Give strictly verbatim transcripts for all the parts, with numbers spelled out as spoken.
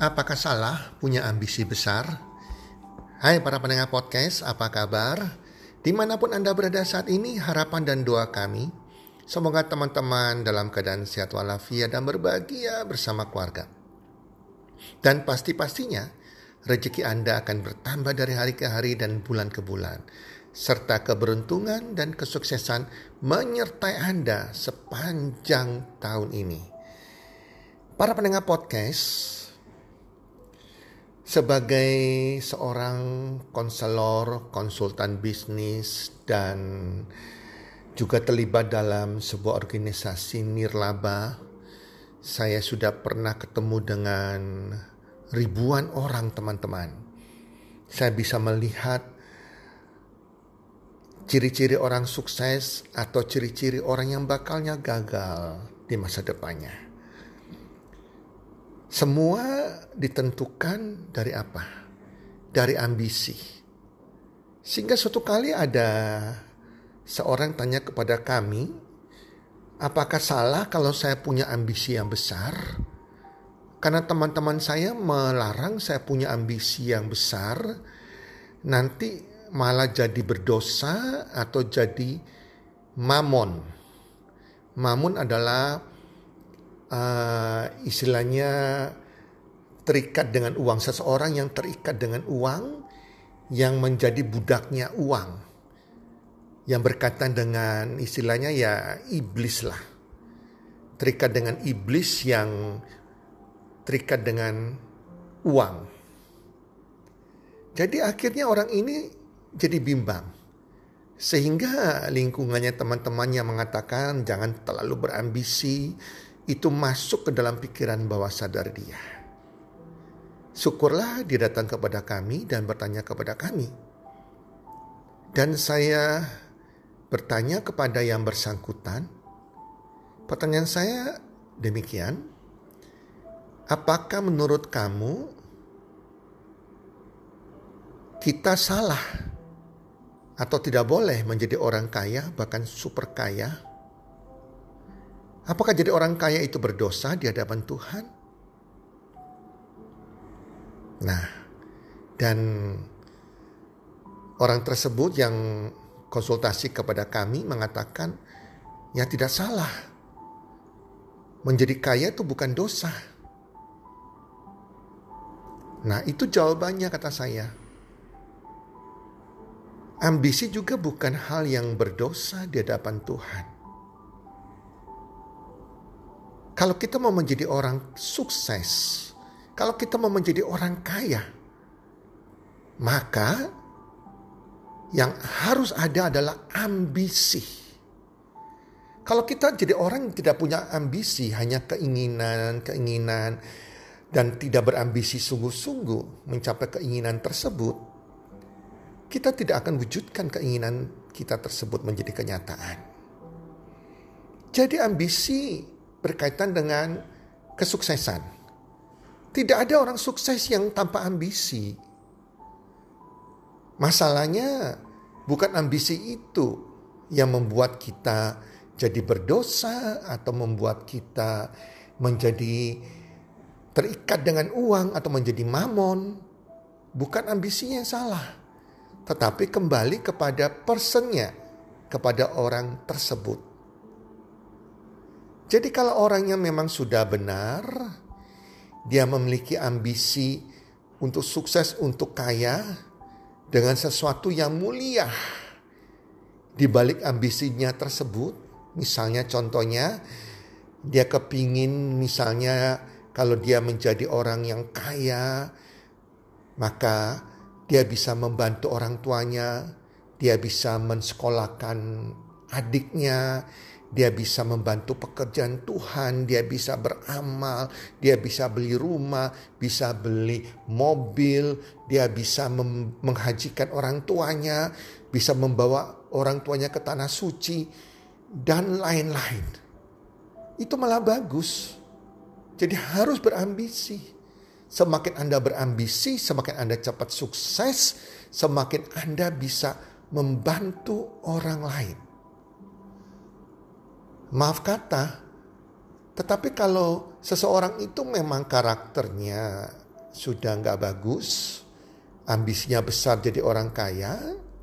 Apakah salah punya ambisi besar? Hai para pendengar podcast, apa kabar? Dimanapun Anda berada saat ini, harapan dan doa kami, semoga teman-teman dalam keadaan sehat walafiat dan berbahagia bersama keluarga. Dan pasti-pastinya, rezeki Anda akan bertambah dari hari ke hari dan bulan ke bulan, serta keberuntungan dan kesuksesan menyertai Anda sepanjang tahun ini. Para pendengar podcast, sebagai seorang konselor, konsultan bisnis, dan juga terlibat dalam sebuah organisasi nirlaba, saya sudah pernah ketemu dengan ribuan orang teman-teman. Saya bisa melihat ciri-ciri orang sukses atau ciri-ciri orang yang bakalnya gagal di masa depannya. Semua ditentukan dari apa? Dari ambisi. Sehingga suatu kali ada seorang tanya kepada kami, apakah salah kalau saya punya ambisi yang besar? Karena teman-teman saya melarang saya punya ambisi yang besar, nanti malah jadi berdosa atau jadi mamon. Mamon adalah Uh, istilahnya terikat dengan uang. Seseorang yang terikat dengan uang, yang menjadi budaknya uang, yang berkaitan dengan istilahnya ya iblis lah. Terikat dengan iblis yang terikat dengan uang. Jadi akhirnya orang ini jadi bimbang. Sehingga lingkungannya teman-temannya mengatakan jangan terlalu berambisi. Itu masuk ke dalam pikiran bawah sadar dia. Syukurlah dia datang kepada kami dan bertanya kepada kami. Dan saya bertanya kepada yang bersangkutan. Pertanyaan saya demikian. Apakah menurut kamu kita salah atau tidak boleh menjadi orang kaya, bahkan super kaya? Apakah jadi orang kaya itu berdosa di hadapan Tuhan? Nah, dan orang tersebut yang konsultasi kepada kami mengatakan, ya tidak salah. Menjadi kaya itu bukan dosa. Nah, itu jawabannya kata saya. Ambisi juga bukan hal yang berdosa di hadapan Tuhan. Kalau kita mau menjadi orang sukses, kalau kita mau menjadi orang kaya, maka yang harus ada adalah ambisi. Kalau kita jadi orang yang tidak punya ambisi, hanya keinginan, keinginan, dan tidak berambisi sungguh-sungguh mencapai keinginan tersebut, kita tidak akan wujudkan keinginan kita tersebut menjadi kenyataan. Jadi ambisi berkaitan dengan kesuksesan. Tidak ada orang sukses yang tanpa ambisi. Masalahnya bukan ambisi itu yang membuat kita jadi berdosa atau membuat kita menjadi terikat dengan uang atau menjadi mamon. Bukan ambisinya yang salah. Tetapi kembali kepada personnya, kepada orang tersebut. Jadi kalau orangnya memang sudah benar, dia memiliki ambisi untuk sukses, untuk kaya, dengan sesuatu yang mulia. Di balik ambisinya tersebut, misalnya contohnya, dia kepingin misalnya kalau dia menjadi orang yang kaya, maka dia bisa membantu orang tuanya, dia bisa mensekolahkan adiknya, dia bisa membantu pekerjaan Tuhan, dia bisa beramal, dia bisa beli rumah, bisa beli mobil, dia bisa mem- menghajikan orang tuanya, bisa membawa orang tuanya ke tanah suci, dan lain-lain. Itu malah bagus. Jadi harus berambisi. Semakin Anda berambisi, semakin Anda cepat sukses, semakin Anda bisa membantu orang lain. Maaf kata, tetapi kalau seseorang itu memang karakternya sudah nggak bagus, ambisinya besar jadi orang kaya,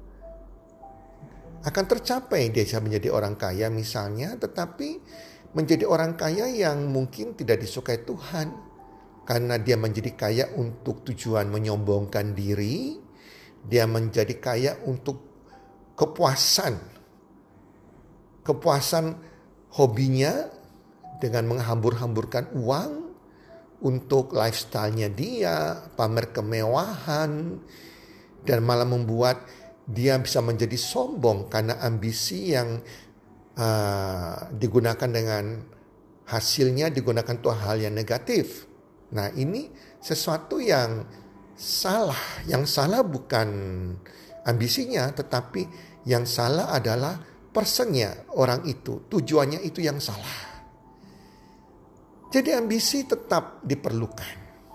akan tercapai dia bisa menjadi orang kaya misalnya, tetapi menjadi orang kaya yang mungkin tidak disukai Tuhan. Karena dia menjadi kaya untuk tujuan menyombongkan diri, dia menjadi kaya untuk kepuasan. Kepuasan hobinya dengan menghambur-hamburkan uang untuk lifestyle-nya dia, pamer kemewahan, dan malah membuat dia bisa menjadi sombong karena ambisi yang uh, digunakan dengan hasilnya digunakan untuk hal yang negatif. Nah, ini sesuatu yang salah. Yang salah bukan ambisinya, tetapi yang salah adalah personnya, orang itu. Tujuannya itu yang salah. Jadi ambisi tetap diperlukan.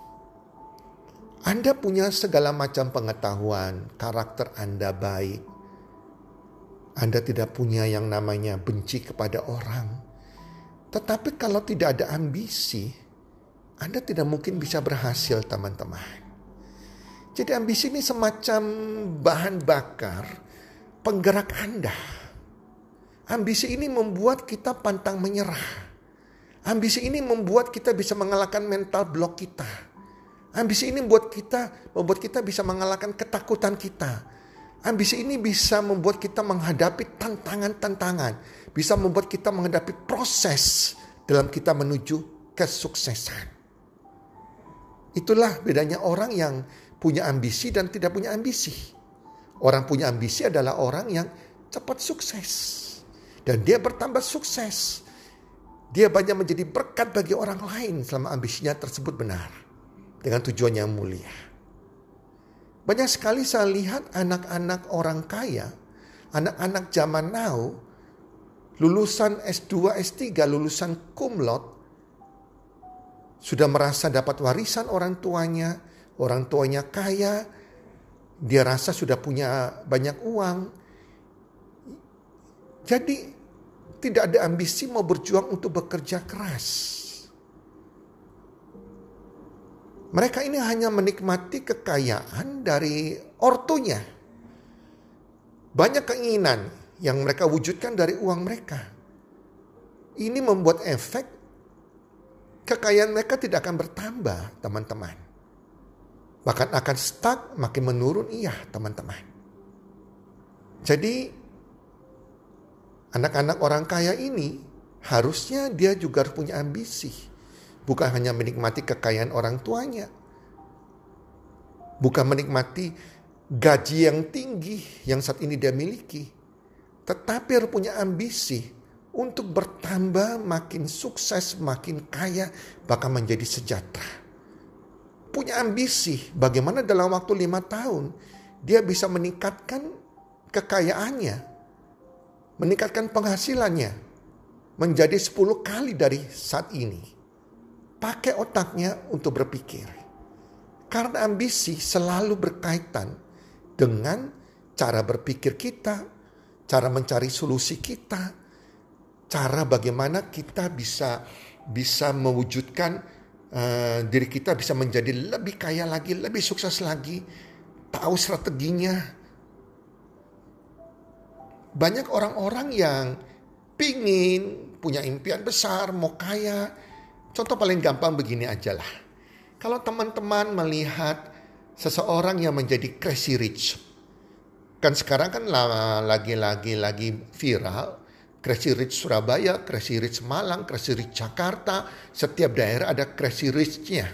Anda punya segala macam pengetahuan, karakter Anda baik. Anda tidak punya yang namanya benci kepada orang. Tetapi kalau tidak ada ambisi, Anda tidak mungkin bisa berhasil, teman-teman. Jadi ambisi ini semacam bahan bakar penggerak Anda. Ambisi ini membuat kita pantang menyerah. Ambisi ini membuat kita bisa mengalahkan mental block kita. Ambisi ini membuat kita membuat kita bisa mengalahkan ketakutan kita. Ambisi ini bisa membuat kita menghadapi tantangan-tantangan, bisa membuat kita menghadapi proses dalam kita menuju kesuksesan. Itulah bedanya orang yang punya ambisi dan tidak punya ambisi. Orang punya ambisi adalah orang yang cepat sukses. Dan dia bertambah sukses. Dia banyak menjadi berkat bagi orang lain selama ambisinya tersebut benar. Dengan tujuan yang mulia. Banyak sekali saya lihat anak-anak orang kaya, anak-anak zaman now, lulusan S dua, S tiga, lulusan cum laude, sudah merasa dapat warisan orang tuanya, orang tuanya kaya, dia rasa sudah punya banyak uang. Jadi tidak ada ambisi mau berjuang untuk bekerja keras. Mereka ini hanya menikmati kekayaan dari ortunya. Banyak keinginan yang mereka wujudkan dari uang mereka. Ini membuat efek kekayaan mereka tidak akan bertambah, teman-teman. Bahkan akan stuck, makin menurun, iya teman-teman. Jadi anak-anak orang kaya ini harusnya dia juga harus punya ambisi. Bukan hanya menikmati kekayaan orang tuanya. Bukan menikmati gaji yang tinggi yang saat ini dia miliki. Tetapi harus punya ambisi untuk bertambah makin sukses, makin kaya, bahkan menjadi sejahtera. Punya ambisi bagaimana dalam waktu lima tahun dia bisa meningkatkan kekayaannya. Meningkatkan penghasilannya menjadi sepuluh kali dari saat ini. Pakai otaknya untuk berpikir. Karena ambisi selalu berkaitan dengan cara berpikir kita, cara mencari solusi kita, cara bagaimana kita bisa bisa mewujudkan uh, diri kita bisa menjadi lebih kaya lagi, lebih sukses lagi, tahu strateginya. Banyak orang-orang yang pingin punya impian besar, mau kaya. Contoh paling gampang begini aja lah. Kalau teman-teman melihat seseorang yang menjadi crazy rich. Kan sekarang kan lagi-lagi lagi viral. Crazy rich Surabaya, crazy rich Malang, crazy rich Jakarta. Setiap daerah ada crazy rich-nya.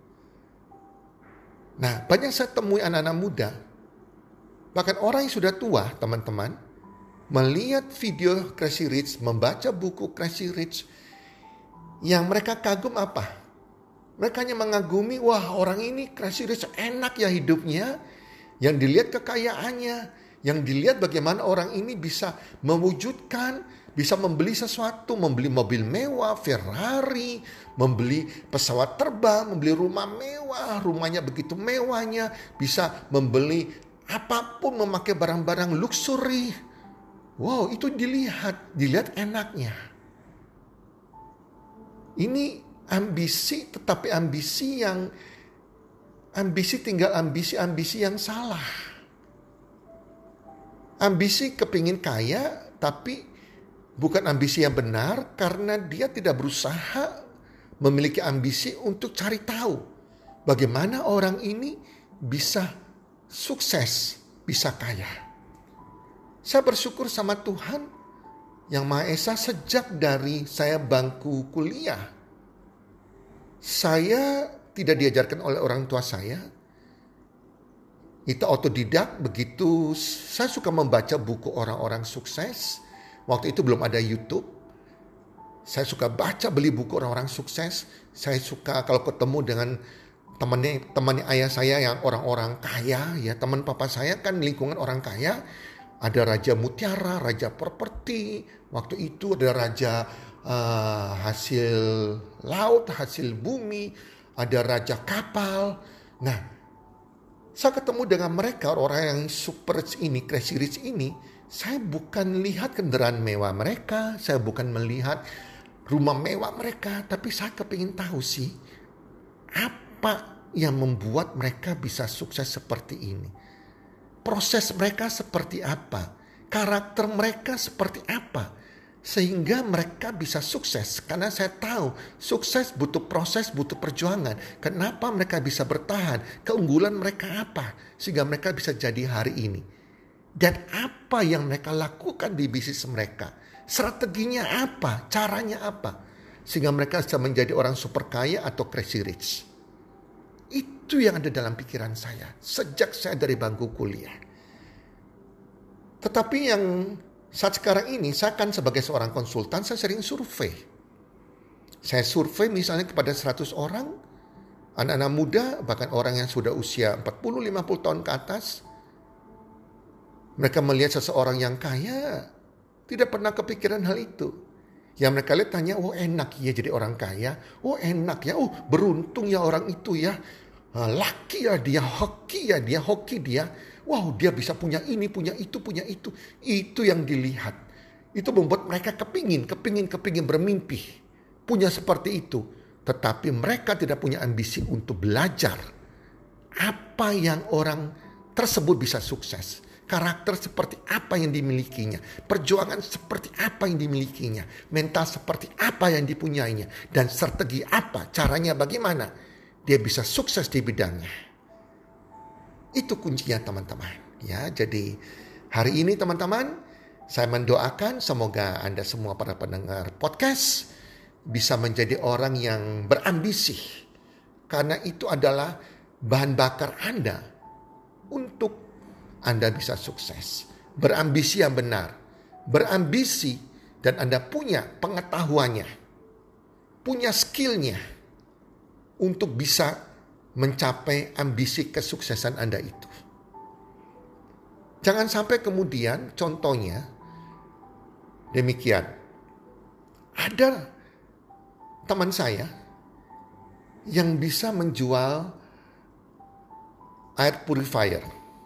Nah, banyak saya temui anak-anak muda. Bahkan orang yang sudah tua, teman-teman. Melihat video crazy rich, membaca buku crazy rich. Yang mereka kagum apa? Mereka hanya mengagumi, wah orang ini crazy rich, enak ya hidupnya. Yang dilihat kekayaannya. Yang dilihat bagaimana orang ini bisa mewujudkan, bisa membeli sesuatu, membeli mobil mewah, Ferrari, membeli pesawat terbang, membeli rumah mewah, rumahnya begitu mewahnya, bisa membeli apapun, memakai barang-barang luxury. Wow, itu dilihat, dilihat enaknya. Ini ambisi, tetapi ambisi yang ambisi tinggal ambisi-ambisi yang salah. Ambisi kepingin kaya, tapi bukan ambisi yang benar karena dia tidak berusaha memiliki ambisi untuk cari tahu bagaimana orang ini bisa sukses, bisa kaya. Saya bersyukur sama Tuhan Yang Maha Esa sejak dari saya bangku kuliah. Saya tidak diajarkan oleh orang tua saya. Itu otodidak, begitu saya suka membaca buku orang-orang sukses. Waktu itu belum ada YouTube. Saya suka baca, beli buku orang-orang sukses. Saya suka kalau ketemu dengan temannya, temannya ayah saya yang orang-orang kaya, ya teman papa saya kan lingkungan orang kaya. Ada Raja Mutiara, Raja Properti. Waktu itu ada Raja uh, hasil laut, hasil bumi. Ada Raja Kapal. Nah, saya ketemu dengan mereka, orang yang super rich ini, crazy rich ini. Saya bukan lihat kendaraan mewah mereka. Saya bukan melihat rumah mewah mereka. Tapi saya kepingin tahu sih, apa yang membuat mereka bisa sukses seperti ini. Proses mereka seperti apa? Karakter mereka seperti apa? Sehingga mereka bisa sukses. Karena saya tahu sukses butuh proses, butuh perjuangan. Kenapa mereka bisa bertahan? Keunggulan mereka apa? Sehingga mereka bisa jadi hari ini. Dan apa yang mereka lakukan di bisnis mereka? Strateginya apa? Caranya apa? Sehingga mereka bisa menjadi orang super kaya atau crazy rich. Itu yang ada dalam pikiran saya sejak saya dari bangku kuliah. Tetapi yang saat sekarang ini saya kan sebagai seorang konsultan, saya sering survei. Saya survei misalnya kepada seratus orang, anak-anak muda, bahkan orang yang sudah usia empat puluh lima puluh tahun ke atas. Mereka melihat seseorang yang kaya, tidak pernah kepikiran hal itu. Yang mereka lihat tanya, oh enak ya jadi orang kaya. Oh enak ya, oh beruntung ya orang itu ya. Laki ya dia, hoki ya dia, hoki dia. Wow, dia bisa punya ini, punya itu, punya itu. Itu yang dilihat. Itu membuat mereka kepingin, kepingin, kepingin bermimpi. Punya seperti itu. Tetapi mereka tidak punya ambisi untuk belajar. Apa yang orang tersebut bisa sukses. Karakter seperti apa yang dimilikinya. Perjuangan seperti apa yang dimilikinya. Mental seperti apa yang dipunyainya. Dan strategi apa, caranya bagaimana. Dia bisa sukses di bidangnya. Itu kuncinya teman-teman. Ya, jadi hari ini teman-teman, saya mendoakan semoga Anda semua para pendengar podcast bisa menjadi orang yang berambisi. Karena itu adalah bahan bakar Anda untuk Anda bisa sukses. Berambisi yang benar. Berambisi dan Anda punya pengetahuannya. Punya skillnya. Untuk bisa mencapai ambisi kesuksesan Anda itu. Jangan sampai kemudian contohnya demikian. Ada teman saya yang bisa menjual air purifier.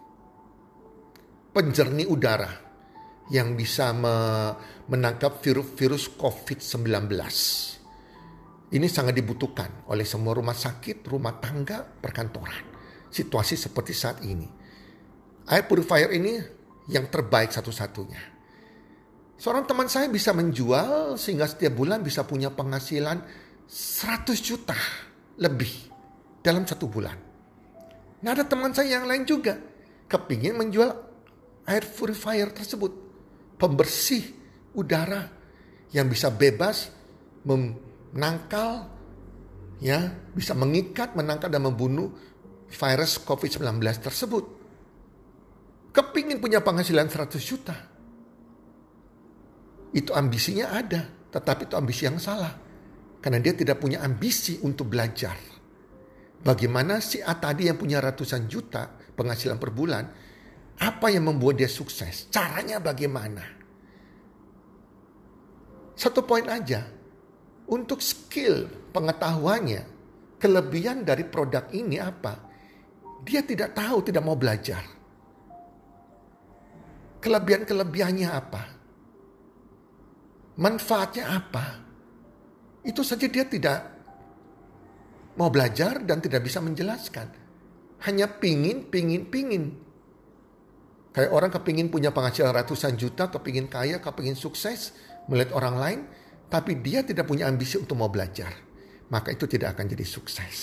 Penjernih udara yang bisa menangkap virus-virus covid sembilan belas. Ini sangat dibutuhkan oleh semua rumah sakit, rumah tangga, perkantoran. Situasi seperti saat ini. Air purifier ini yang terbaik satu-satunya. Seorang teman saya bisa menjual sehingga setiap bulan bisa punya penghasilan seratus juta lebih dalam satu bulan. Nah ada teman saya yang lain juga kepingin menjual air purifier tersebut. Pembersih udara yang bisa bebas mem menangkal, ya, bisa mengikat, menangkal dan membunuh virus covid sembilan belas tersebut. Kepingin punya penghasilan seratus juta. Itu ambisinya ada, tetapi itu ambisi yang salah. Karena dia tidak punya ambisi untuk belajar. Bagaimana si A tadi yang punya ratusan juta penghasilan per bulan, apa yang membuat dia sukses? Caranya bagaimana? Satu poin aja. Untuk skill pengetahuannya, kelebihan dari produk ini apa? Dia tidak tahu, tidak mau belajar. Kelebihan-kelebihannya apa? Manfaatnya apa? Itu saja dia tidak mau belajar dan tidak bisa menjelaskan. hanya pingin, pingin, pingin. Kayak orang kepingin punya penghasilan ratusan juta, kepingin kaya, kepingin sukses, melihat orang lain, tapi dia tidak punya ambisi untuk mau belajar. Maka itu tidak akan jadi sukses.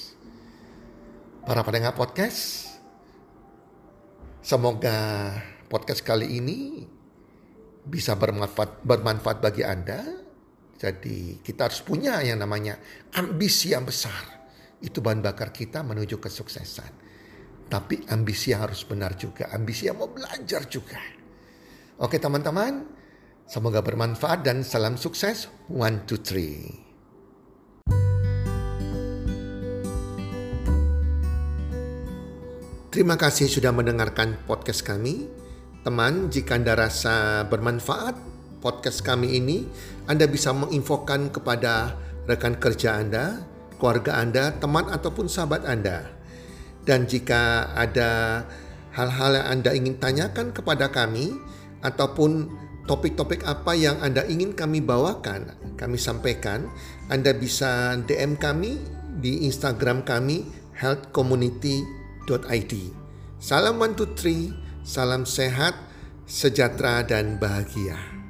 Para pendengar podcast, semoga podcast kali ini bisa bermanfaat, bermanfaat bagi Anda. Jadi kita harus punya yang namanya ambisi yang besar. Itu bahan bakar kita menuju kesuksesan. Tapi ambisi yang harus benar juga. Ambisi yang mau belajar juga. Oke teman-teman. Semoga bermanfaat dan salam sukses. One, two, three. Terima kasih sudah mendengarkan podcast kami. Teman, jika Anda rasa bermanfaat podcast kami ini, Anda bisa menginfokan kepada rekan kerja Anda, keluarga Anda, teman ataupun sahabat Anda. Dan jika ada hal-hal yang Anda ingin tanyakan kepada kami, ataupun topik-topik apa yang Anda ingin kami bawakan, kami sampaikan, Anda bisa D M kami di Instagram kami health community dot i d. Salam one two three, salam sehat, sejahtera dan bahagia.